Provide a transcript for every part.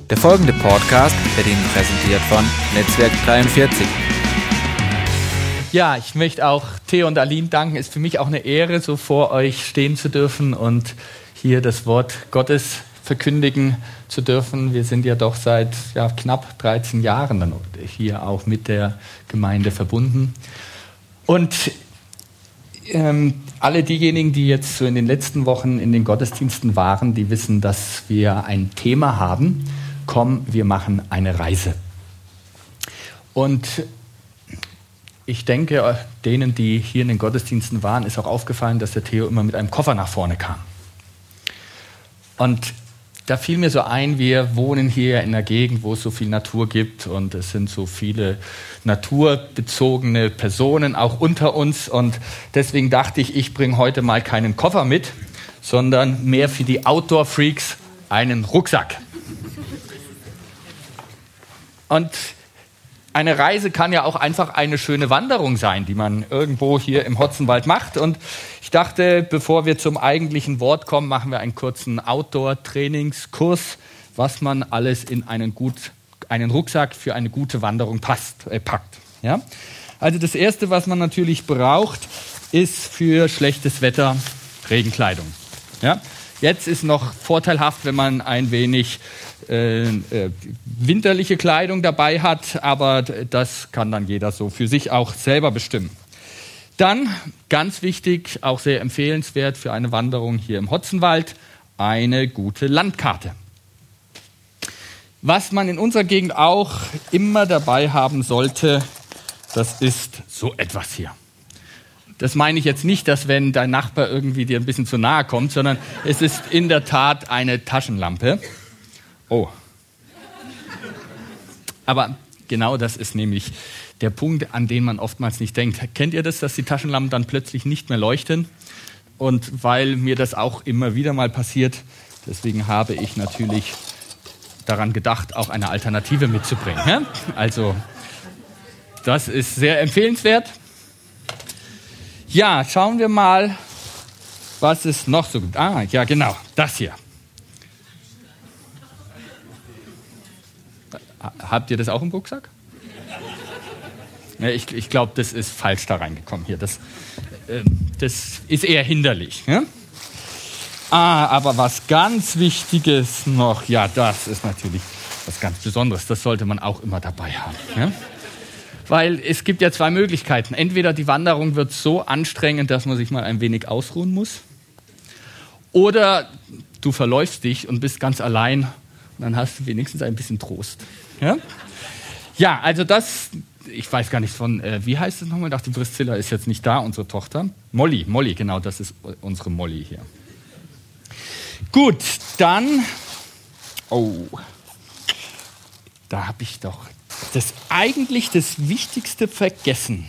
Der folgende Podcast wird Ihnen präsentiert von Netzwerk 43. Ja, ich möchte auch Theo und Aline danken. Es ist für mich auch eine Ehre, so vor euch stehen zu dürfen und hier das Wort Gottes verkündigen zu dürfen. Wir sind ja doch seit knapp 13 Jahren dann hier auch mit der Gemeinde verbunden. Und alle diejenigen, die jetzt so in den letzten Wochen in den Gottesdiensten waren, die wissen, dass wir ein Thema haben. Komm, wir machen eine Reise. Und ich denke, denen, die hier in den Gottesdiensten waren, ist auch aufgefallen, dass der Theo immer mit einem Koffer nach vorne kam. Und da fiel mir so ein, wir wohnen hier in einer Gegend, wo es so viel Natur gibt und es sind so viele naturbezogene Personen auch unter uns. Und deswegen dachte ich, ich bringe heute mal keinen Koffer mit, sondern mehr für die Outdoor-Freaks einen Rucksack. Und eine Reise kann ja auch einfach eine schöne Wanderung sein, die man irgendwo hier im Hotzenwald macht. Und ich dachte, bevor wir zum eigentlichen Wort kommen, machen wir einen kurzen Outdoor-Trainingskurs, was man alles in einen Rucksack für eine gute Wanderung packt. Ja? Also das Erste, was man natürlich braucht, ist für schlechtes Wetter Regenkleidung. Ja? Jetzt ist noch vorteilhaft, wenn man ein wenig winterliche Kleidung dabei hat, aber das kann dann jeder so für sich auch selber bestimmen. Dann, ganz wichtig, auch sehr empfehlenswert für eine Wanderung hier im Hotzenwald, eine gute Landkarte. Was man in unserer Gegend auch immer dabei haben sollte, das ist so etwas hier. Das meine ich jetzt nicht, dass wenn dein Nachbar irgendwie dir ein bisschen zu nahe kommt, sondern es ist in der Tat eine Taschenlampe. Oh. Aber genau das ist nämlich der Punkt, an den man oftmals nicht denkt. Kennt ihr das, dass die Taschenlampen dann plötzlich nicht mehr leuchten? Und weil mir das auch immer wieder mal passiert, deswegen habe ich natürlich daran gedacht, auch eine Alternative mitzubringen. Ja? Also, das ist sehr empfehlenswert. Ja, schauen wir mal, was es noch so gibt. Ah, ja genau, das hier. Habt ihr das auch im Rucksack? Ja, ich glaube, das ist falsch da reingekommen hier. Das ist eher hinderlich. Ja? Aber was ganz Wichtiges noch, ja, das ist natürlich was ganz Besonderes. Das sollte man auch immer dabei haben. Ja? Weil es gibt ja zwei Möglichkeiten. Entweder die Wanderung wird so anstrengend, dass man sich mal ein wenig ausruhen muss. Oder du verläufst dich und bist ganz allein und dann hast du wenigstens ein bisschen Trost. Ja, also das, ich weiß gar nicht von, wie heißt es nochmal? Ich dachte, Priscilla ist jetzt nicht da, unsere Tochter. Molly, genau, das ist unsere Molly hier. Gut, dann, da habe ich doch das Wichtigste vergessen.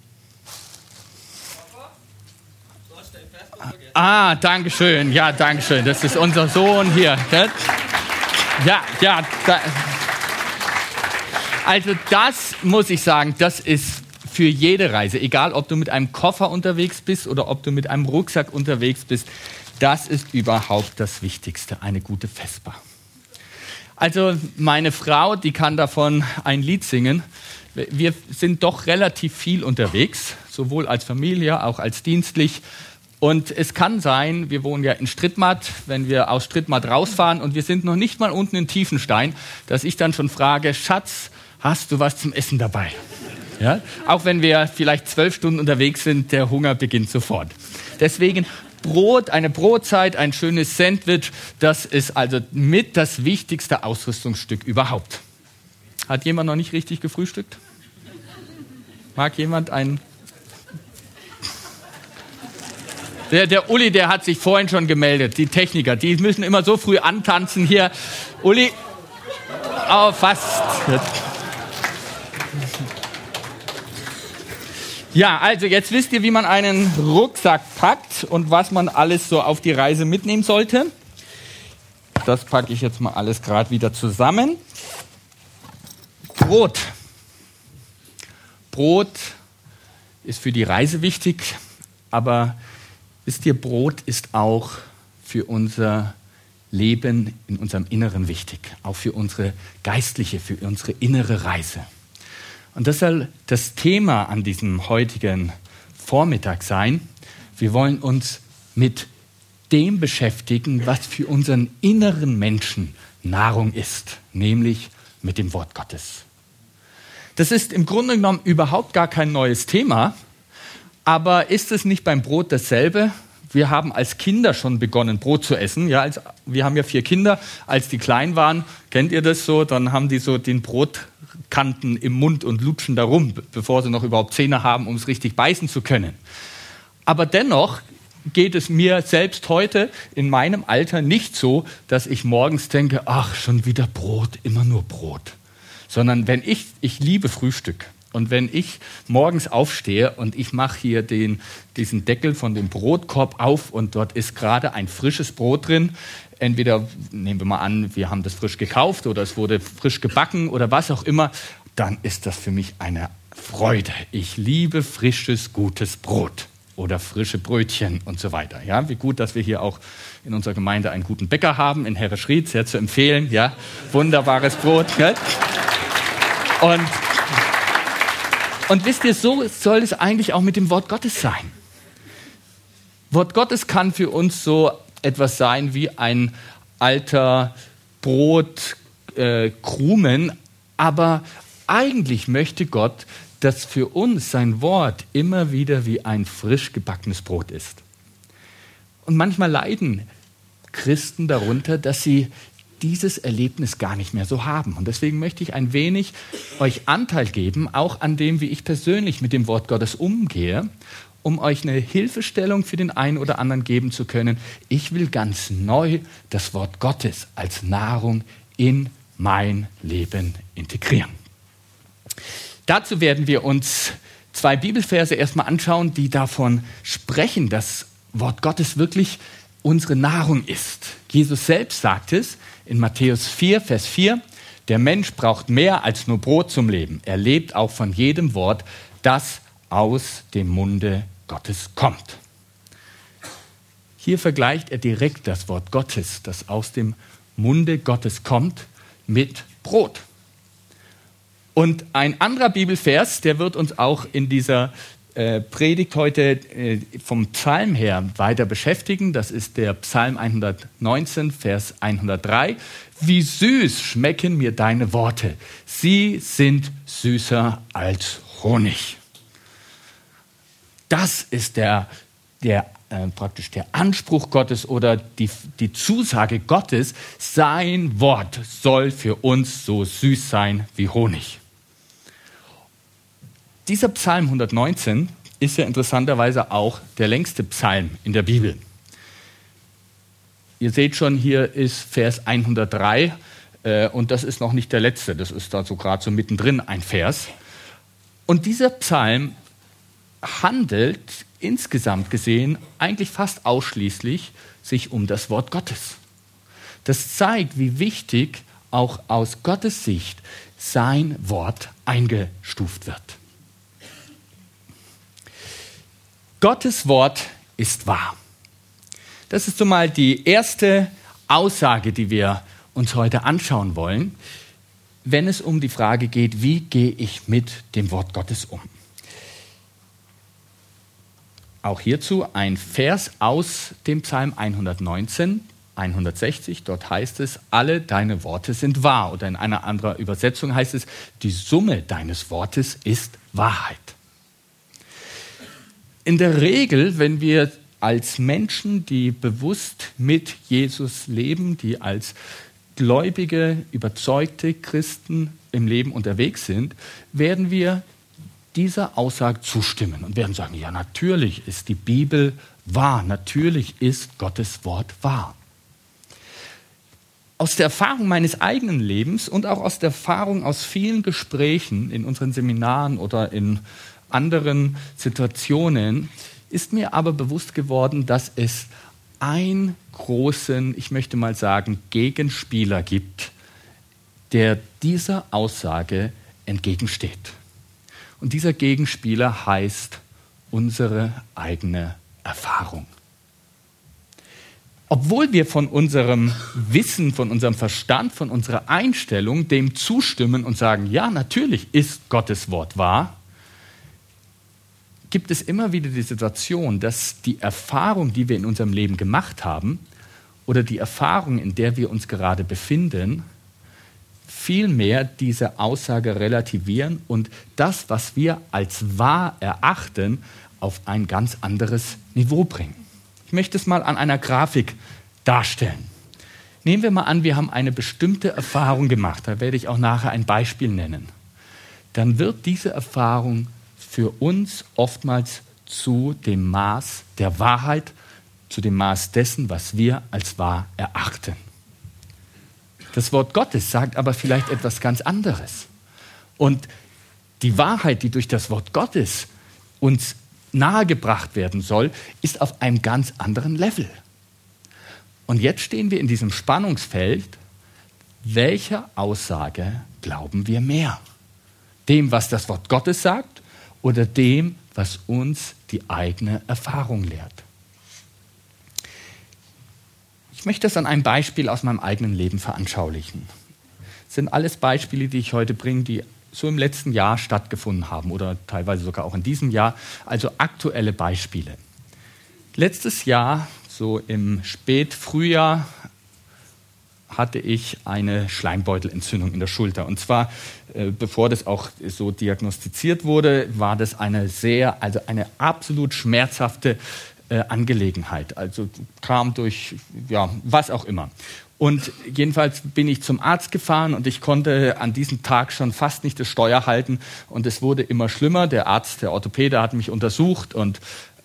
Danke schön. Ja, danke schön. Das ist unser Sohn hier. Also das muss ich sagen, das ist für jede Reise, egal ob du mit einem Koffer unterwegs bist oder ob du mit einem Rucksack unterwegs bist, das ist überhaupt das Wichtigste, eine gute Vespa. Also meine Frau, die kann davon ein Lied singen. Wir sind doch relativ viel unterwegs, sowohl als Familie, auch als dienstlich. Und es kann sein, wir wohnen ja in Strittmatt, wenn wir aus Strittmatt rausfahren und wir sind noch nicht mal unten in Tiefenstein, dass ich dann schon frage, Schatz, hast du was zum Essen dabei? Ja? Auch wenn wir vielleicht 12 Stunden unterwegs sind, der Hunger beginnt sofort. Deswegen Brot, eine Brotzeit, ein schönes Sandwich, das ist also mit das wichtigste Ausrüstungsstück überhaupt. Hat jemand noch nicht richtig gefrühstückt? Mag jemand einen? Der Uli, der hat sich vorhin schon gemeldet. Die Techniker, die müssen immer so früh antanzen hier. Uli, fast. Ja, also jetzt wisst ihr, wie man einen Rucksack packt und was man alles so auf die Reise mitnehmen sollte. Das packe ich jetzt mal alles gerade wieder zusammen. Brot. Brot ist für die Reise wichtig, aber wisst ihr, Brot ist auch für unser Leben in unserem Inneren wichtig, auch für unsere geistliche, für unsere innere Reise. Und das soll das Thema an diesem heutigen Vormittag sein. Wir wollen uns mit dem beschäftigen, was für unseren inneren Menschen Nahrung ist, nämlich mit dem Wort Gottes. Das ist im Grunde genommen überhaupt gar kein neues Thema, aber ist es nicht beim Brot dasselbe? Wir haben als Kinder schon begonnen, Brot zu essen. Ja, wir haben ja 4 Kinder. Als die klein waren, kennt ihr das so, dann haben die so den Brotkanten im Mund und lutschen da rum, bevor sie noch überhaupt Zähne haben, um es richtig beißen zu können. Aber dennoch geht es mir selbst heute in meinem Alter nicht so, dass ich morgens denke, ach, schon wieder Brot, immer nur Brot. Sondern wenn ich liebe Frühstück. Und wenn ich morgens aufstehe und ich mache hier diesen Deckel von dem Brotkorb auf und dort ist gerade ein frisches Brot drin, entweder, nehmen wir mal an, wir haben das frisch gekauft oder es wurde frisch gebacken oder was auch immer, dann ist das für mich eine Freude. Ich liebe frisches, gutes Brot oder frische Brötchen und so weiter. Ja, wie gut, dass wir hier auch in unserer Gemeinde einen guten Bäcker haben, in Herreschried, sehr zu empfehlen. Ja, wunderbares Brot. Gell? Und wisst ihr, so soll es eigentlich auch mit dem Wort Gottes sein. Wort Gottes kann für uns so etwas sein wie ein alter Brotkrumen, aber eigentlich möchte Gott, dass für uns sein Wort immer wieder wie ein frisch gebackenes Brot ist. Und manchmal leiden Christen darunter, dass sie dieses Erlebnis gar nicht mehr so haben. Und deswegen möchte ich ein wenig euch Anteil geben, auch an dem, wie ich persönlich mit dem Wort Gottes umgehe, um euch eine Hilfestellung für den einen oder anderen geben zu können. Ich will ganz neu das Wort Gottes als Nahrung in mein Leben integrieren. Dazu werden wir uns 2 Bibelverse erstmal anschauen, die davon sprechen, dass Wort Gottes wirklich unsere Nahrung ist. Jesus selbst sagt es in Matthäus 4, Vers 4, der Mensch braucht mehr als nur Brot zum Leben. Er lebt auch von jedem Wort, das aus dem Munde Gottes kommt. Hier vergleicht er direkt das Wort Gottes, das aus dem Munde Gottes kommt, mit Brot. Und ein anderer Bibelvers, der wird uns auch in dieser Predigt heute vom Psalm her weiter beschäftigen. Das ist der Psalm 119, Vers 103. Wie süß schmecken mir deine Worte. Sie sind süßer als Honig. Das ist praktisch der Anspruch Gottes oder die Zusage Gottes. Sein Wort soll für uns so süß sein wie Honig. Dieser Psalm 119 ist ja interessanterweise auch der längste Psalm in der Bibel. Ihr seht schon, hier ist Vers 103 und das ist noch nicht der letzte, das ist da so gerade so mittendrin ein Vers. Und dieser Psalm handelt insgesamt gesehen eigentlich fast ausschließlich sich um das Wort Gottes. Das zeigt, wie wichtig auch aus Gottes Sicht sein Wort eingestuft wird. Gottes Wort ist wahr. Das ist so mal die erste Aussage, die wir uns heute anschauen wollen, wenn es um die Frage geht, wie gehe ich mit dem Wort Gottes um. Auch hierzu ein Vers aus dem Psalm 119, 160. Dort heißt es, alle deine Worte sind wahr. Oder in einer anderen Übersetzung heißt es, die Summe deines Wortes ist Wahrheit. In der Regel, wenn wir als Menschen, die bewusst mit Jesus leben, die als gläubige, überzeugte Christen im Leben unterwegs sind, werden wir dieser Aussage zustimmen und werden sagen, ja, natürlich ist die Bibel wahr, natürlich ist Gottes Wort wahr. Aus der Erfahrung meines eigenen Lebens und auch aus der Erfahrung aus vielen Gesprächen in unseren Seminaren oder in anderen Situationen ist mir aber bewusst geworden, dass es einen großen, ich möchte mal sagen, Gegenspieler gibt, der dieser Aussage entgegensteht. Und dieser Gegenspieler heißt unsere eigene Erfahrung. obwohl wir von unserem Wissen, von unserem Verstand, von unserer Einstellung dem zustimmen und sagen, ja, natürlich ist Gottes Wort wahr, gibt es immer wieder die Situation, dass die Erfahrung, die wir in unserem Leben gemacht haben, oder die Erfahrung, in der wir uns gerade befinden, vielmehr diese Aussage relativieren und das, was wir als wahr erachten, auf ein ganz anderes Niveau bringen. Ich möchte es mal an einer Grafik darstellen. Nehmen wir mal an, wir haben eine bestimmte Erfahrung gemacht, da werde ich auch nachher ein Beispiel nennen. Dann wird diese Erfahrung für uns oftmals zu dem Maß der Wahrheit, zu dem Maß dessen, was wir als wahr erachten. Das Wort Gottes sagt aber vielleicht etwas ganz anderes. Und die Wahrheit, die durch das Wort Gottes uns nahegebracht werden soll, ist auf einem ganz anderen Level. Und jetzt stehen wir in diesem Spannungsfeld, welcher Aussage glauben wir mehr? Dem, was das Wort Gottes sagt, oder dem, was uns die eigene Erfahrung lehrt? Ich möchte das an einem Beispiel aus meinem eigenen Leben veranschaulichen. Das sind alles Beispiele, die ich heute bringe, die so im letzten Jahr stattgefunden haben oder teilweise sogar auch in diesem Jahr, also aktuelle Beispiele. Letztes Jahr, so im Spätfrühjahr, hatte ich eine Schleimbeutelentzündung in der Schulter. Und zwar, bevor das auch so diagnostiziert wurde, war das eine absolut schmerzhafte Angelegenheit. Also kam durch, ja, was auch immer. Und jedenfalls bin ich zum Arzt gefahren und ich konnte an diesem Tag schon fast nicht das Steuer halten. Und es wurde immer schlimmer. Der Arzt, der Orthopäde, hat mich untersucht und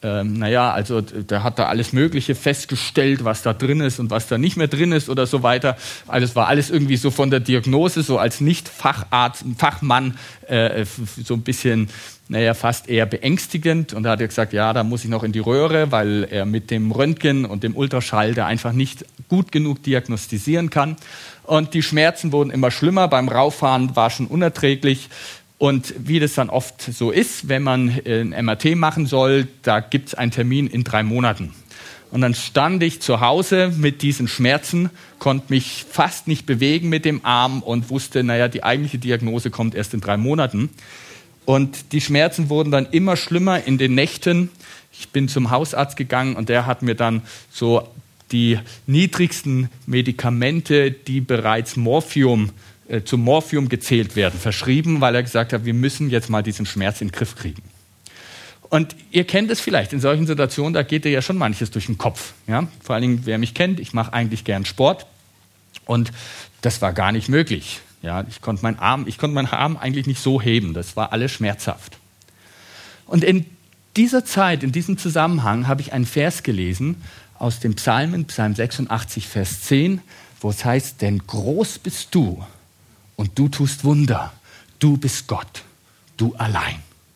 der hat da alles Mögliche festgestellt, was da drin ist und was da nicht mehr drin ist oder so weiter. Also es war alles irgendwie so von der Diagnose, so als Nicht-Facharzt, Fachmann, so ein bisschen, fast eher beängstigend. Und da hat er gesagt, ja, da muss ich noch in die Röhre, weil er mit dem Röntgen und dem Ultraschall da einfach nicht gut genug diagnostizieren kann. Und die Schmerzen wurden immer schlimmer. Beim Rauffahren war schon unerträglich. Und wie das dann oft so ist, wenn man ein MRT machen soll, da gibt es einen Termin in 3 Monaten. Und dann stand ich zu Hause mit diesen Schmerzen, konnte mich fast nicht bewegen mit dem Arm und wusste, die eigentliche Diagnose kommt erst in 3 Monaten. Und die Schmerzen wurden dann immer schlimmer in den Nächten. Ich bin zum Hausarzt gegangen und der hat mir dann so die niedrigsten Medikamente, die bereits zum Morphium gezählt werden, verschrieben, weil er gesagt hat, wir müssen jetzt mal diesen Schmerz in den Griff kriegen. Und ihr kennt es vielleicht, in solchen Situationen, da geht dir ja schon manches durch den Kopf. Ja? Vor allen Dingen, wer mich kennt, ich mache eigentlich gern Sport und das war gar nicht möglich. Ja? Ich konnte meinen Arm eigentlich nicht so heben, das war alles schmerzhaft. Und in dieser Zeit, in diesem Zusammenhang, habe ich einen Vers gelesen aus dem Psalmen, Psalm 86, Vers 10, wo es heißt, denn groß bist du, und du tust Wunder. Du bist Gott, du allein.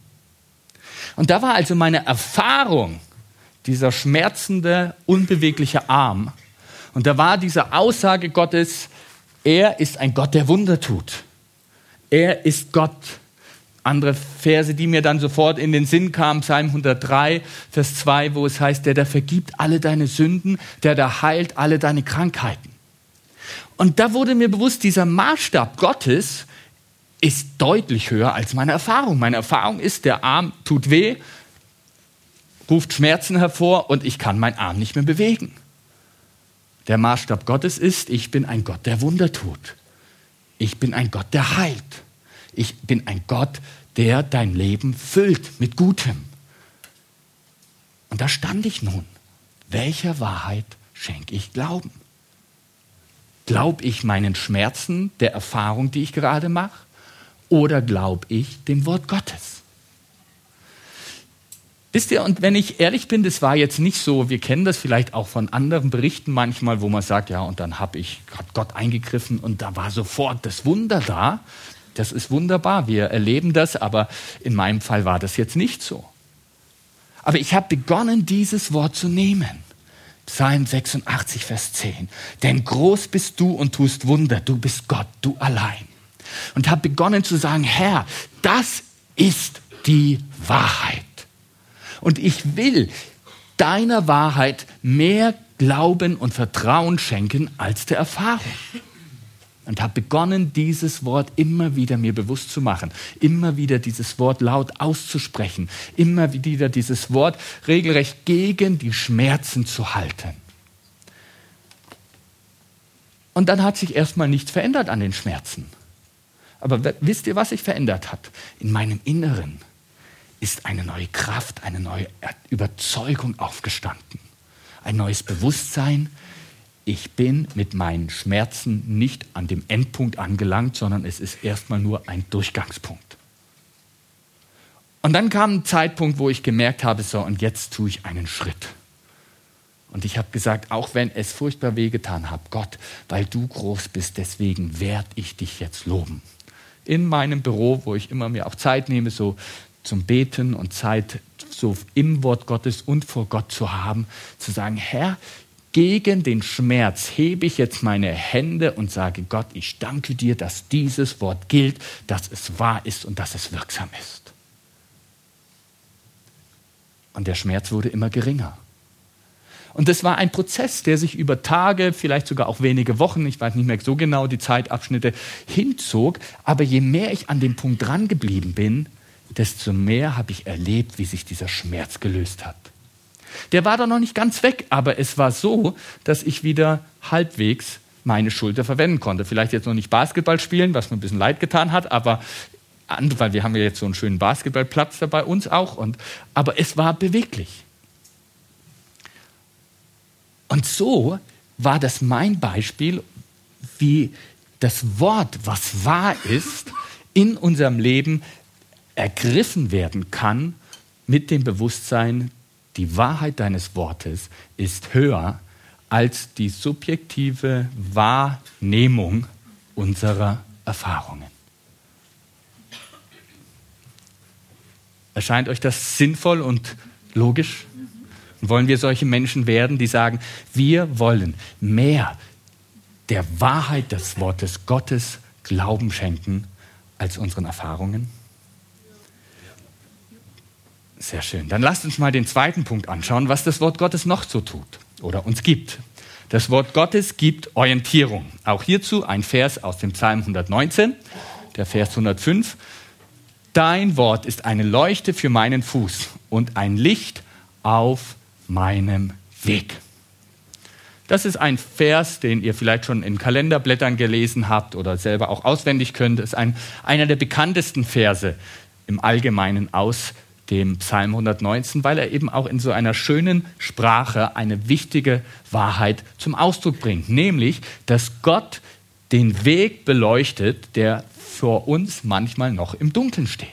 Und da war also meine Erfahrung, dieser schmerzende, unbewegliche Arm. Und da war diese Aussage Gottes, er ist ein Gott, der Wunder tut. Er ist Gott. Andere Verse, die mir dann sofort in den Sinn kamen, Psalm 103, Vers 2, wo es heißt, der da vergibt alle deine Sünden, der da heilt alle deine Krankheiten. Und da wurde mir bewusst, dieser Maßstab Gottes ist deutlich höher als meine Erfahrung. Meine Erfahrung ist, der Arm tut weh, ruft Schmerzen hervor und ich kann meinen Arm nicht mehr bewegen. Der Maßstab Gottes ist, ich bin ein Gott, der Wunder tut. Ich bin ein Gott, der heilt. Ich bin ein Gott, der dein Leben füllt mit Gutem. Und da stand ich nun. Welcher Wahrheit schenke ich Glauben? Glaube ich meinen Schmerzen, der Erfahrung, die ich gerade mache? Oder glaube ich dem Wort Gottes? Wisst ihr, und wenn ich ehrlich bin, das war jetzt nicht so, wir kennen das vielleicht auch von anderen Berichten manchmal, hat Gott eingegriffen und da war sofort das Wunder da. Das ist wunderbar, wir erleben das, aber in meinem Fall war das jetzt nicht so. Aber ich habe begonnen, dieses Wort zu nehmen. Psalm 86, Vers 10. Denn groß bist du und tust Wunder. Du bist Gott, du allein. Und habe begonnen zu sagen, Herr, das ist die Wahrheit. Und ich will deiner Wahrheit mehr Glauben und Vertrauen schenken als der Erfahrung. Und habe begonnen, dieses Wort immer wieder mir bewusst zu machen, immer wieder dieses Wort laut auszusprechen, immer wieder dieses Wort regelrecht gegen die Schmerzen zu halten. Und dann hat sich erstmal nichts verändert an den Schmerzen. Aber wisst ihr, was sich verändert hat? In meinem Inneren ist eine neue Kraft, eine neue Überzeugung aufgestanden. Ein neues Bewusstsein. Ich bin mit meinen Schmerzen nicht an dem Endpunkt angelangt, sondern es ist erstmal nur ein Durchgangspunkt. Und dann kam ein Zeitpunkt, wo ich gemerkt habe, so, und jetzt tue ich einen Schritt. Und ich habe gesagt, auch wenn es furchtbar wehgetan hat, Gott, weil du groß bist, deswegen werde ich dich jetzt loben. In meinem Büro, wo ich immer mir auch Zeit nehme, so zum Beten und Zeit so im Wort Gottes und vor Gott zu haben, zu sagen, Herr, gegen den Schmerz hebe ich jetzt meine Hände und sage, Gott, ich danke dir, dass dieses Wort gilt, dass es wahr ist und dass es wirksam ist. Und der Schmerz wurde immer geringer. Und das war ein Prozess, der sich über Tage, vielleicht sogar auch wenige Wochen, ich weiß nicht mehr so genau die Zeitabschnitte, hinzog. Aber je mehr ich an dem Punkt dran geblieben bin, desto mehr habe ich erlebt, wie sich dieser Schmerz gelöst hat. Der war da noch nicht ganz weg, aber es war so, dass ich wieder halbwegs meine Schulter verwenden konnte. Vielleicht jetzt noch nicht Basketball spielen, was mir ein bisschen leid getan hat, aber weil wir haben ja jetzt so einen schönen Basketballplatz da bei uns auch. Aber es war beweglich. Und so war das mein Beispiel, wie das Wort, was wahr ist, in unserem Leben ergriffen werden kann mit dem Bewusstsein, die Wahrheit deines Wortes ist höher als die subjektive Wahrnehmung unserer Erfahrungen. Erscheint euch das sinnvoll und logisch? Wollen wir solche Menschen werden, die sagen, wir wollen mehr der Wahrheit des Wortes Gottes Glauben schenken als unseren Erfahrungen? Sehr schön. Dann lasst uns mal den zweiten Punkt anschauen, was das Wort Gottes noch so tut oder uns gibt. Das Wort Gottes gibt Orientierung. Auch hierzu ein Vers aus dem Psalm 119, der Vers 105. Dein Wort ist eine Leuchte für meinen Fuß und ein Licht auf meinem Weg. Das ist ein Vers, den ihr vielleicht schon in Kalenderblättern gelesen habt oder selber auch auswendig könnt. Das ist einer der bekanntesten Verse im Allgemeinen aus dem Psalm 119, weil er eben auch in so einer schönen Sprache eine wichtige Wahrheit zum Ausdruck bringt. Nämlich, dass Gott den Weg beleuchtet, der vor uns manchmal noch im Dunkeln steht.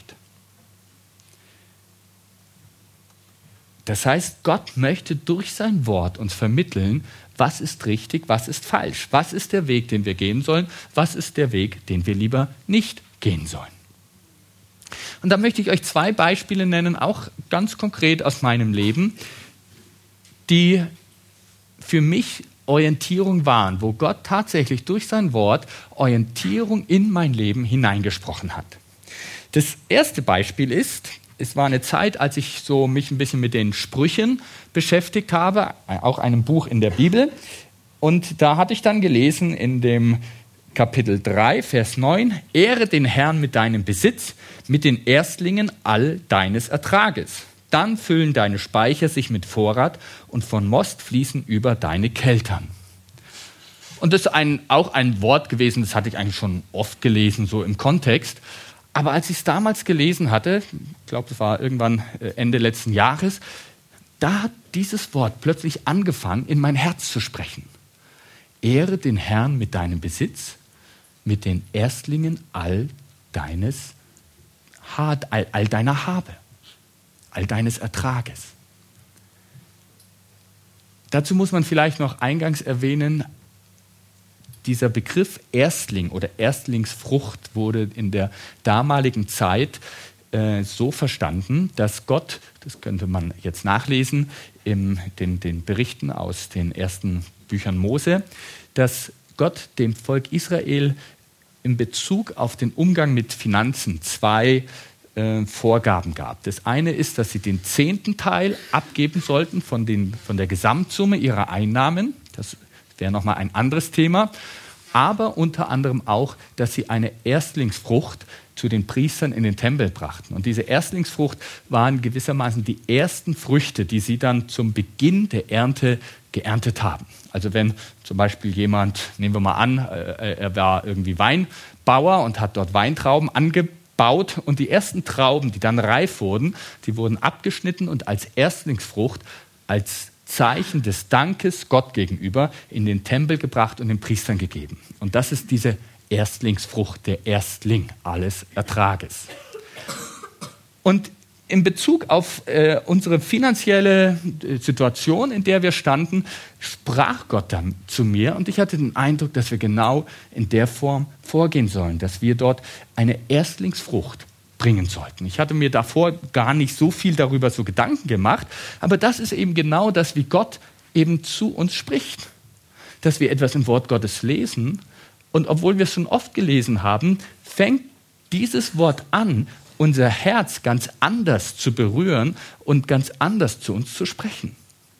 Das heißt, Gott möchte durch sein Wort uns vermitteln, was ist richtig, was ist falsch, was ist der Weg, den wir gehen sollen, was ist der Weg, den wir lieber nicht gehen sollen. Und da möchte ich euch zwei Beispiele nennen, auch ganz konkret aus meinem Leben, die für mich Orientierung waren, wo Gott tatsächlich durch sein Wort Orientierung in mein Leben hineingesprochen hat. Das erste Beispiel ist, es war eine Zeit, als ich so mich ein bisschen mit den Sprüchen beschäftigt habe, auch einem Buch in der Bibel. Und da hatte ich dann gelesen in dem Kapitel 3, Vers 9, Ehre den Herrn mit deinem Besitz, mit den Erstlingen all deines Ertrages. Dann füllen deine Speicher sich mit Vorrat und von Most fließen über deine Keltern. Und das ist auch ein Wort gewesen, das hatte ich eigentlich schon oft gelesen, so im Kontext. Aber als ich es damals gelesen hatte, ich glaube, das war irgendwann Ende letzten Jahres, da hat dieses Wort plötzlich angefangen, in mein Herz zu sprechen. Ehre den Herrn mit deinem Besitz, mit den Erstlingen all deiner Habe, all deines Ertrages. Dazu muss man vielleicht noch eingangs erwähnen, dieser Begriff Erstling oder Erstlingsfrucht wurde in der damaligen Zeit so verstanden, dass Gott, das könnte man jetzt nachlesen, in den Berichten aus den ersten Büchern Mose, dass Gott dem Volk Israel in Bezug auf den Umgang mit Finanzen zwei Vorgaben gab. Das eine ist, dass sie den 10. Teil abgeben sollten von der Gesamtsumme ihrer Einnahmen. Das wäre nochmal ein anderes Thema. Aber unter anderem auch, dass sie eine Erstlingsfrucht zu den Priestern in den Tempel brachten. Und diese Erstlingsfrucht waren gewissermaßen die ersten Früchte, die sie dann zum Beginn der Ernte geerntet haben. Also wenn zum Beispiel jemand, nehmen wir mal an, er war irgendwie Weinbauer und hat dort Weintrauben angebaut und die ersten Trauben, die dann reif wurden, die wurden abgeschnitten und als Erstlingsfrucht, als Zeichen des Dankes Gott gegenüber in den Tempel gebracht und den Priestern gegeben. Und das ist diese Erstlingsfrucht, der Erstling alles Ertrages. Und in Bezug auf unsere finanzielle Situation, in der wir standen, sprach Gott dann zu mir und ich hatte den Eindruck, dass wir genau in der Form vorgehen sollen, dass wir dort eine Erstlingsfrucht bringen sollten. Ich hatte mir davor gar nicht so viel darüber so Gedanken gemacht, aber das ist eben genau das, wie Gott eben zu uns spricht. Dass wir etwas im Wort Gottes lesen und obwohl wir es schon oft gelesen haben, fängt dieses Wort an, unser Herz ganz anders zu berühren und ganz anders zu uns zu sprechen.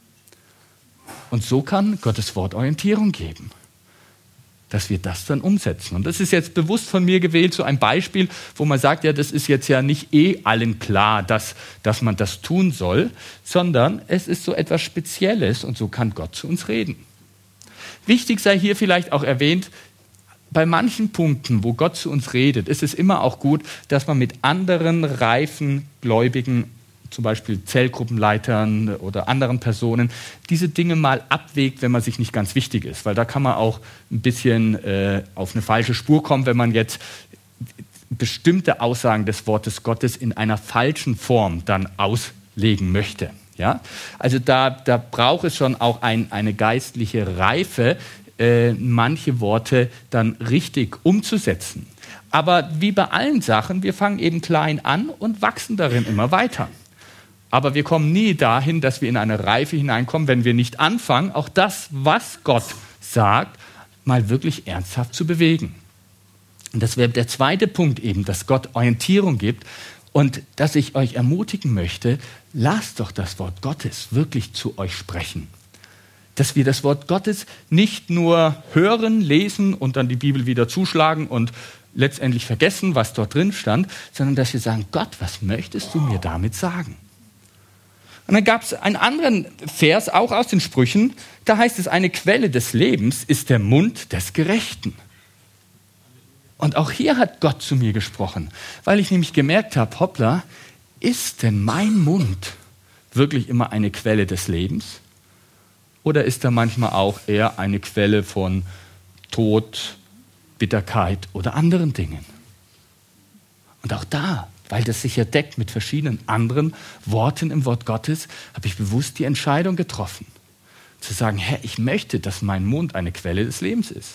Und so kann Gottes Wort Orientierung geben, dass wir das dann umsetzen. Und das ist jetzt bewusst von mir gewählt, so ein Beispiel, wo man sagt, ja, das ist jetzt ja nicht allen klar, dass man das tun soll, sondern es ist so etwas Spezielles und so kann Gott zu uns reden. Wichtig sei hier vielleicht auch erwähnt, bei manchen Punkten, wo Gott zu uns redet, ist es immer auch gut, dass man mit anderen reifen Gläubigen, zum Beispiel Zellgruppenleitern oder anderen Personen, diese Dinge mal abwägt, wenn man sich nicht ganz wichtig ist. Weil da kann man auch ein bisschen auf eine falsche Spur kommen, wenn man jetzt bestimmte Aussagen des Wortes Gottes in einer falschen Form dann auslegen möchte. Ja? Also da braucht es schon auch eine geistliche Reife, manche Worte dann richtig umzusetzen. Aber wie bei allen Sachen, wir fangen eben klein an und wachsen darin immer weiter. Aber wir kommen nie dahin, dass wir in eine Reife hineinkommen, wenn wir nicht anfangen, auch das, was Gott sagt, mal wirklich ernsthaft zu bewegen. Und das wäre der zweite Punkt eben, dass Gott Orientierung gibt und dass ich euch ermutigen möchte, lasst doch das Wort Gottes wirklich zu euch sprechen. Dass wir das Wort Gottes nicht nur hören, lesen und dann die Bibel wieder zuschlagen und letztendlich vergessen, was dort drin stand, sondern dass wir sagen, Gott, was möchtest du mir damit sagen? Und dann gab es einen anderen Vers, auch aus den Sprüchen, da heißt es, eine Quelle des Lebens ist der Mund des Gerechten. Und auch hier hat Gott zu mir gesprochen, weil ich nämlich gemerkt habe, hoppla, ist denn mein Mund wirklich immer eine Quelle des Lebens? Oder ist er manchmal auch eher eine Quelle von Tod, Bitterkeit oder anderen Dingen? Und auch da, weil das sich ja deckt mit verschiedenen anderen Worten im Wort Gottes, habe ich bewusst die Entscheidung getroffen, zu sagen, Herr, ich möchte, dass mein Mund eine Quelle des Lebens ist.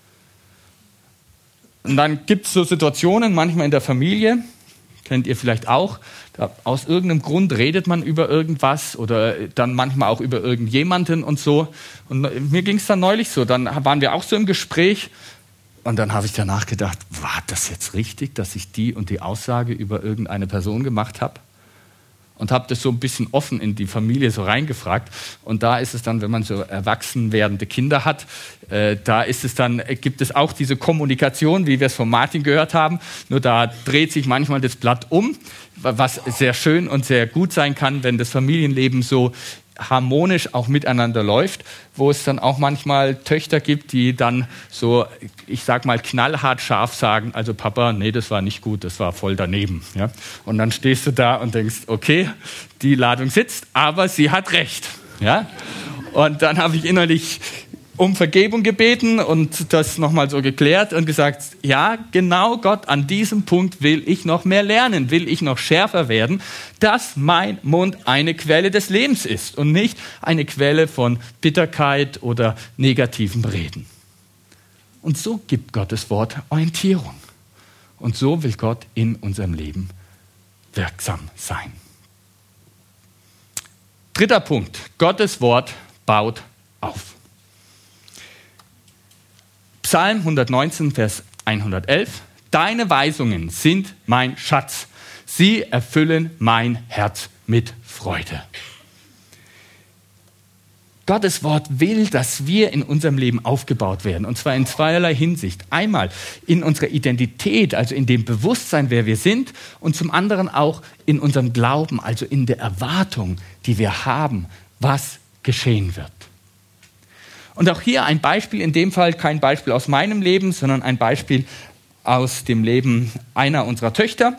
Und dann gibt es so Situationen, manchmal in der Familie, kennt ihr vielleicht auch, aus irgendeinem Grund redet man über irgendwas oder dann manchmal auch über irgendjemanden und so. Und mir ging es dann neulich so, dann waren wir auch so im Gespräch und dann habe ich danach gedacht, war das jetzt richtig, dass ich die und die Aussage über irgendeine Person gemacht habe? Und habe das so ein bisschen offen in die Familie so reingefragt. Und da ist es dann, wenn man so erwachsen werdende Kinder hat, gibt es auch diese Kommunikation, wie wir es von Martin gehört haben. Nur da dreht sich manchmal das Blatt um, was sehr schön und sehr gut sein kann, wenn das Familienleben so harmonisch auch miteinander läuft, wo es dann auch manchmal Töchter gibt, die dann so, ich sag mal, knallhart scharf sagen, also Papa, nee, das war nicht gut, das war voll daneben. Ja? Und dann stehst du da und denkst, okay, die Ladung sitzt, aber sie hat recht. Ja? Und dann habe ich innerlich um Vergebung gebeten und das nochmal so geklärt und gesagt, ja, genau Gott, an diesem Punkt will ich noch mehr lernen, will ich noch schärfer werden, dass mein Mund eine Quelle des Lebens ist und nicht eine Quelle von Bitterkeit oder negativem Reden. Und so gibt Gottes Wort Orientierung. Und so will Gott in unserem Leben wirksam sein. Dritter Punkt, Gottes Wort baut auf. Psalm 119, Vers 111. Deine Weisungen sind mein Schatz. Sie erfüllen mein Herz mit Freude. Gottes Wort will, dass wir in unserem Leben aufgebaut werden, und zwar in zweierlei Hinsicht. Einmal in unserer Identität, also in dem Bewusstsein, wer wir sind, und zum anderen auch in unserem Glauben, also in der Erwartung, die wir haben, was geschehen wird. Und auch hier ein Beispiel, in dem Fall kein Beispiel aus meinem Leben, sondern ein Beispiel aus dem Leben einer unserer Töchter.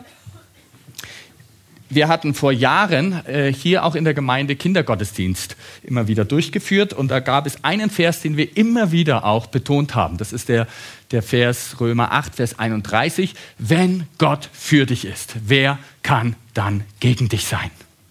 Wir hatten vor Jahren hier auch in der Gemeinde Kindergottesdienst immer wieder durchgeführt, und da gab es einen Vers, den wir immer wieder auch betont haben. Das ist der Vers Römer 8, Vers 31. Wenn Gott für dich ist, wer kann dann gegen dich sein?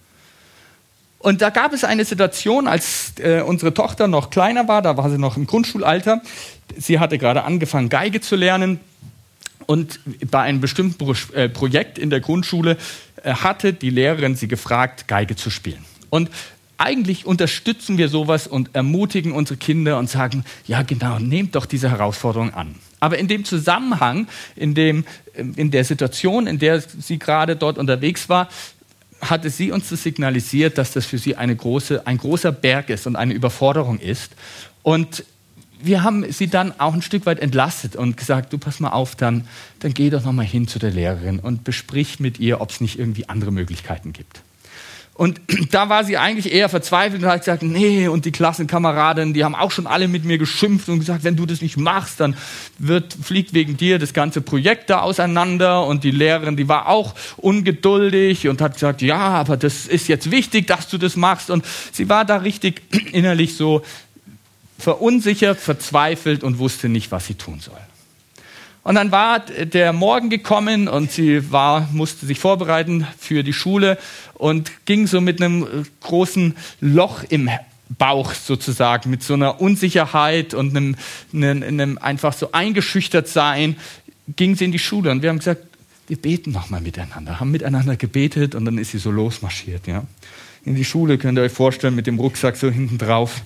Und da gab es eine Situation, als unsere Tochter noch kleiner war, da war sie noch im Grundschulalter. Sie hatte gerade angefangen, Geige zu lernen. Und bei einem bestimmten Projekt in der Grundschule hatte die Lehrerin sie gefragt, Geige zu spielen. Und eigentlich unterstützen wir sowas und ermutigen unsere Kinder und sagen, ja genau, nehmt doch diese Herausforderung an. Aber in dem Zusammenhang, in der Situation, in der sie gerade dort unterwegs war, hatte sie uns das signalisiert, dass das für sie ein großer Berg ist und eine Überforderung ist. Und wir haben sie dann auch ein Stück weit entlastet und gesagt, du pass mal auf, dann geh doch noch mal hin zu der Lehrerin und besprich mit ihr, ob es nicht irgendwie andere Möglichkeiten gibt. Und da war sie eigentlich eher verzweifelt und hat gesagt, nee, und die Klassenkameraden, die haben auch schon alle mit mir geschimpft und gesagt, wenn du das nicht machst, dann fliegt wegen dir das ganze Projekt da auseinander. Und die Lehrerin, die war auch ungeduldig und hat gesagt, ja, aber das ist jetzt wichtig, dass du das machst. Und sie war da richtig innerlich so verunsichert, verzweifelt und wusste nicht, was sie tun soll. Und dann war der Morgen gekommen und sie musste sich vorbereiten für die Schule und ging so mit einem großen Loch im Bauch sozusagen, mit so einer Unsicherheit und einem einfach so eingeschüchtert sein, ging sie in die Schule. Und wir haben gesagt, wir beten nochmal miteinander, haben miteinander gebetet, und dann ist sie so losmarschiert. Ja? In die Schule, könnt ihr euch vorstellen, mit dem Rucksack so hinten drauf.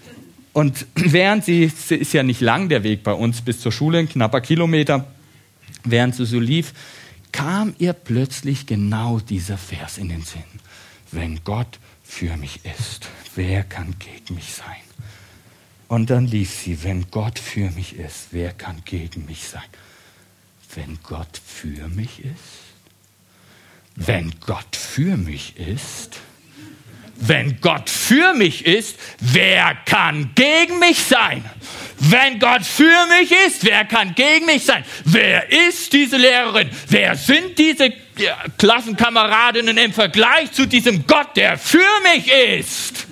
Und während sie ist ja nicht lang der Weg bei uns bis zur Schule, ein knapper Kilometer, während sie so lief, kam ihr plötzlich genau dieser Vers in den Sinn. Wenn Gott für mich ist, wer kann gegen mich sein? Und dann lief sie, wenn Gott für mich ist, wer kann gegen mich sein? Wenn Gott für mich ist? Wenn Gott für mich ist? Wenn Gott für mich ist, wer kann gegen mich sein? Wenn Gott für mich ist, wer kann gegen mich sein? Wer ist diese Lehrerin? Wer sind diese Klassenkameradinnen im Vergleich zu diesem Gott, der für mich ist?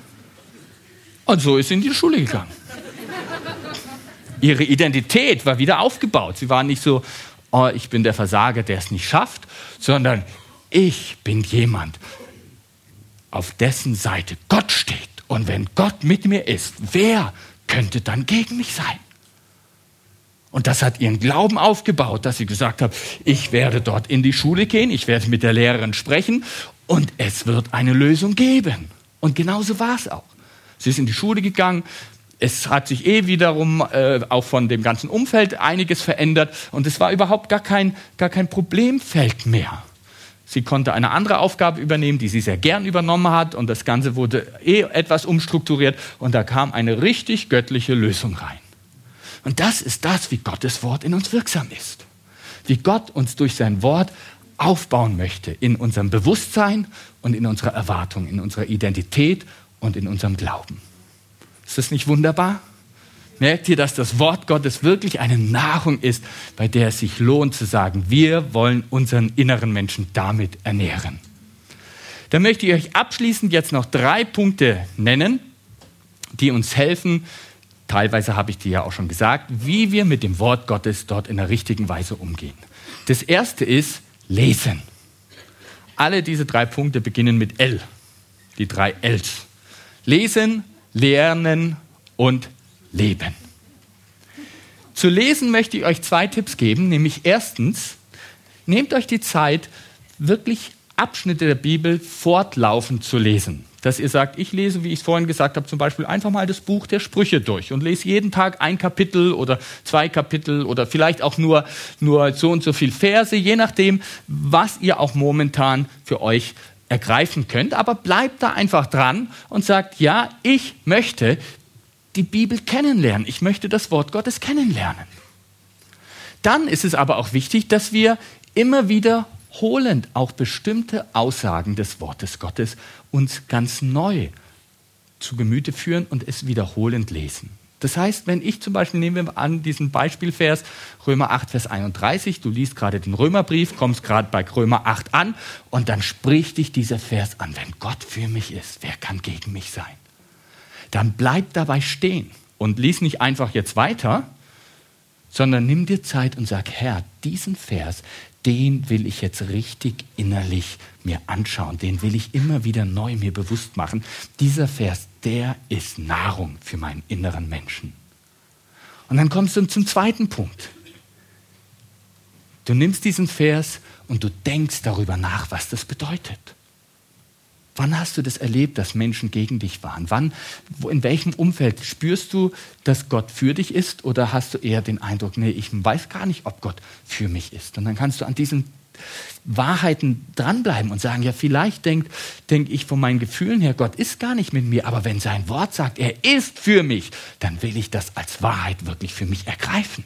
Und so ist sie in die Schule gegangen. Ihre Identität war wieder aufgebaut. Sie war nicht so, oh, ich bin der Versager, der es nicht schafft, sondern ich bin jemand, auf dessen Seite Gott steht. Und wenn Gott mit mir ist, wer könnte dann gegen mich sein? Und das hat ihren Glauben aufgebaut, dass sie gesagt hat, ich werde dort in die Schule gehen, ich werde mit der Lehrerin sprechen und es wird eine Lösung geben. Und genauso war es auch. Sie ist in die Schule gegangen, es hat sich wiederum auch von dem ganzen Umfeld einiges verändert und es war überhaupt gar kein Problemfeld mehr. Sie konnte eine andere Aufgabe übernehmen, die sie sehr gern übernommen hat, und das Ganze wurde etwas umstrukturiert und da kam eine richtig göttliche Lösung rein. Und das ist das, wie Gottes Wort in uns wirksam ist. Wie Gott uns durch sein Wort aufbauen möchte in unserem Bewusstsein und in unserer Erwartung, in unserer Identität und in unserem Glauben. Ist das nicht wunderbar? Merkt ihr, dass das Wort Gottes wirklich eine Nahrung ist, bei der es sich lohnt zu sagen, wir wollen unseren inneren Menschen damit ernähren. Da möchte ich euch abschließend jetzt noch 3 Punkte nennen, die uns helfen, teilweise habe ich die ja auch schon gesagt, wie wir mit dem Wort Gottes dort in der richtigen Weise umgehen. Das erste ist Lesen. Alle diese 3 Punkte beginnen mit L, die 3 Ls. Lesen, Lernen und Leben. Zu lesen möchte ich euch 2 Tipps geben, nämlich erstens, nehmt euch die Zeit, wirklich Abschnitte der Bibel fortlaufend zu lesen. dass ihr sagt, ich lese, wie ich es vorhin gesagt habe, zum Beispiel einfach mal das Buch der Sprüche durch und lese jeden Tag ein Kapitel oder 2 Kapitel oder vielleicht auch nur so und so viel Verse, je nachdem, was ihr auch momentan für euch ergreifen könnt. Aber bleibt da einfach dran und sagt, ja, ich möchte die Bibel kennenlernen. Ich möchte das Wort Gottes kennenlernen. Dann ist es aber auch wichtig, dass wir immer wiederholend auch bestimmte Aussagen des Wortes Gottes uns ganz neu zu Gemüte führen und es wiederholend lesen. Das heißt, wenn ich zum Beispiel, nehmen wir an diesen Beispielvers, Römer 8, Vers 31, du liest gerade den Römerbrief, kommst gerade bei Römer 8 an und dann spricht dich dieser Vers an, wenn Gott für mich ist, wer kann gegen mich sein? Dann bleib dabei stehen und lies nicht einfach jetzt weiter, sondern nimm dir Zeit und sag, Herr, diesen Vers, den will ich jetzt richtig innerlich mir anschauen, den will ich immer wieder neu mir bewusst machen. Dieser Vers, der ist Nahrung für meinen inneren Menschen. Und dann kommst du zum zweiten Punkt. Du nimmst diesen Vers und du denkst darüber nach, was das bedeutet. Wann hast du das erlebt, dass Menschen gegen dich waren? In welchem Umfeld spürst du, dass Gott für dich ist? Oder hast du eher den Eindruck, nee, ich weiß gar nicht, ob Gott für mich ist? Und dann kannst du an diesen Wahrheiten dranbleiben und sagen, ja, vielleicht denk ich von meinen Gefühlen her, Gott ist gar nicht mit mir. Aber wenn sein Wort sagt, er ist für mich, dann will ich das als Wahrheit wirklich für mich ergreifen.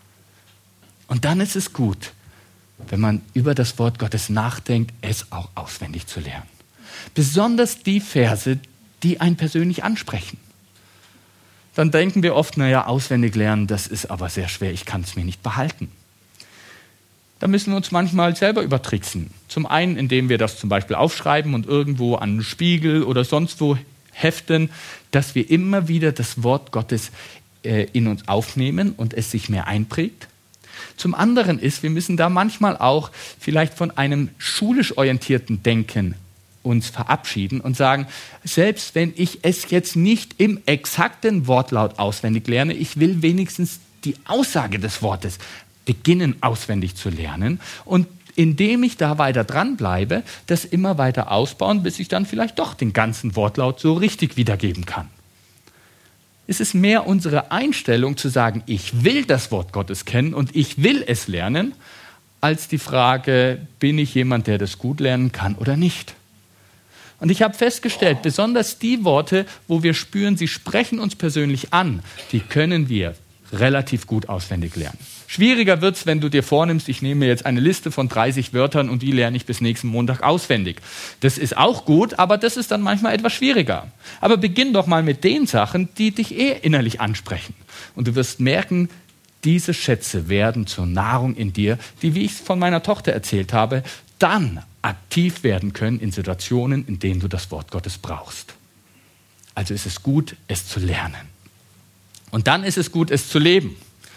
Und dann ist es gut, wenn man über das Wort Gottes nachdenkt, es auch auswendig zu lernen. Besonders die Verse, die einen persönlich ansprechen. Dann denken wir oft, auswendig lernen, das ist aber sehr schwer, ich kann es mir nicht behalten. Da müssen wir uns manchmal selber übertricksen. Zum einen, indem wir das zum Beispiel aufschreiben und irgendwo an einen Spiegel oder sonst wo heften, dass wir immer wieder das Wort Gottes in uns aufnehmen und es sich mehr einprägt. Zum anderen ist, wir müssen da manchmal auch vielleicht von einem schulisch orientierten Denken uns verabschieden und sagen, selbst wenn ich es jetzt nicht im exakten Wortlaut auswendig lerne, ich will wenigstens die Aussage des Wortes beginnen auswendig zu lernen und indem ich da weiter dranbleibe, das immer weiter ausbauen, bis ich dann vielleicht doch den ganzen Wortlaut so richtig wiedergeben kann. Es ist mehr unsere Einstellung zu sagen, ich will das Wort Gottes kennen und ich will es lernen, als die Frage, bin ich jemand, der das gut lernen kann oder nicht? Und ich habe festgestellt, besonders die Worte, wo wir spüren, sie sprechen uns persönlich an, die können wir relativ gut auswendig lernen. Schwieriger wird es, wenn du dir vornimmst, ich nehme jetzt eine Liste von 30 Wörtern und die lerne ich bis nächsten Montag auswendig. Das ist auch gut, aber das ist dann manchmal etwas schwieriger. Aber beginn doch mal mit den Sachen, die dich innerlich ansprechen. Und du wirst merken, diese Schätze werden zur Nahrung in dir, die, wie ich es von meiner Tochter erzählt habe, dann aktiv werden können in Situationen, in denen du das Wort Gottes brauchst. Also ist es gut, es zu lernen. Und dann ist es gut, es zu leben.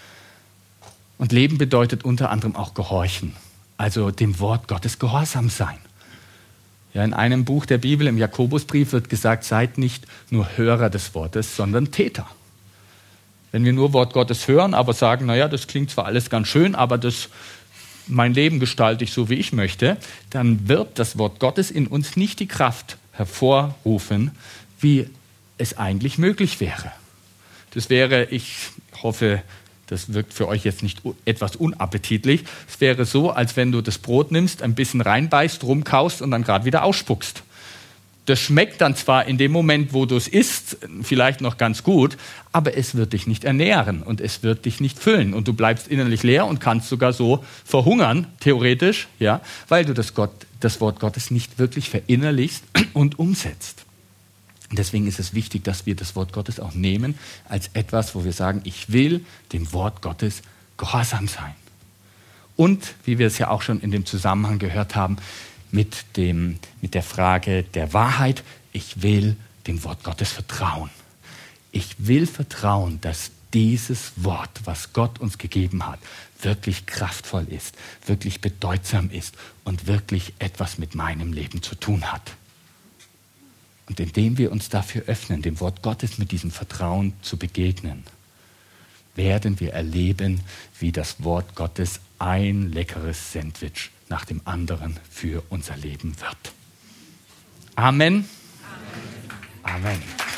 Und Leben bedeutet unter anderem auch Gehorchen, also dem Wort Gottes gehorsam sein. Ja, in einem Buch der Bibel, im Jakobusbrief, wird gesagt, seid nicht nur Hörer des Wortes, sondern Täter. Wenn wir nur Wort Gottes hören, aber sagen, das klingt zwar alles ganz schön, aber mein Leben gestalte ich so, wie ich möchte, dann wird das Wort Gottes in uns nicht die Kraft hervorrufen, wie es eigentlich möglich wäre. Das wäre, ich hoffe, das wirkt für euch jetzt nicht etwas unappetitlich, es wäre so, als wenn du das Brot nimmst, ein bisschen reinbeißt, rumkaust und dann gerade wieder ausspuckst. Das schmeckt dann zwar in dem Moment, wo du es isst, vielleicht noch ganz gut, aber es wird dich nicht ernähren und es wird dich nicht füllen. Und du bleibst innerlich leer und kannst sogar so verhungern, theoretisch, ja, weil du das Wort Gottes nicht wirklich verinnerlichst und umsetzt. Und deswegen ist es wichtig, dass wir das Wort Gottes auch nehmen als etwas, wo wir sagen, ich will dem Wort Gottes gehorsam sein. Und, wie wir es ja auch schon in dem Zusammenhang gehört haben, mit der Frage der Wahrheit, ich will dem Wort Gottes vertrauen. Ich will vertrauen, dass dieses Wort, was Gott uns gegeben hat, wirklich kraftvoll ist, wirklich bedeutsam ist und wirklich etwas mit meinem Leben zu tun hat. Und indem wir uns dafür öffnen, dem Wort Gottes mit diesem Vertrauen zu begegnen, werden wir erleben, wie das Wort Gottes ein leckeres Sandwich nach dem anderen für unser Leben wird. Amen. Amen. Amen.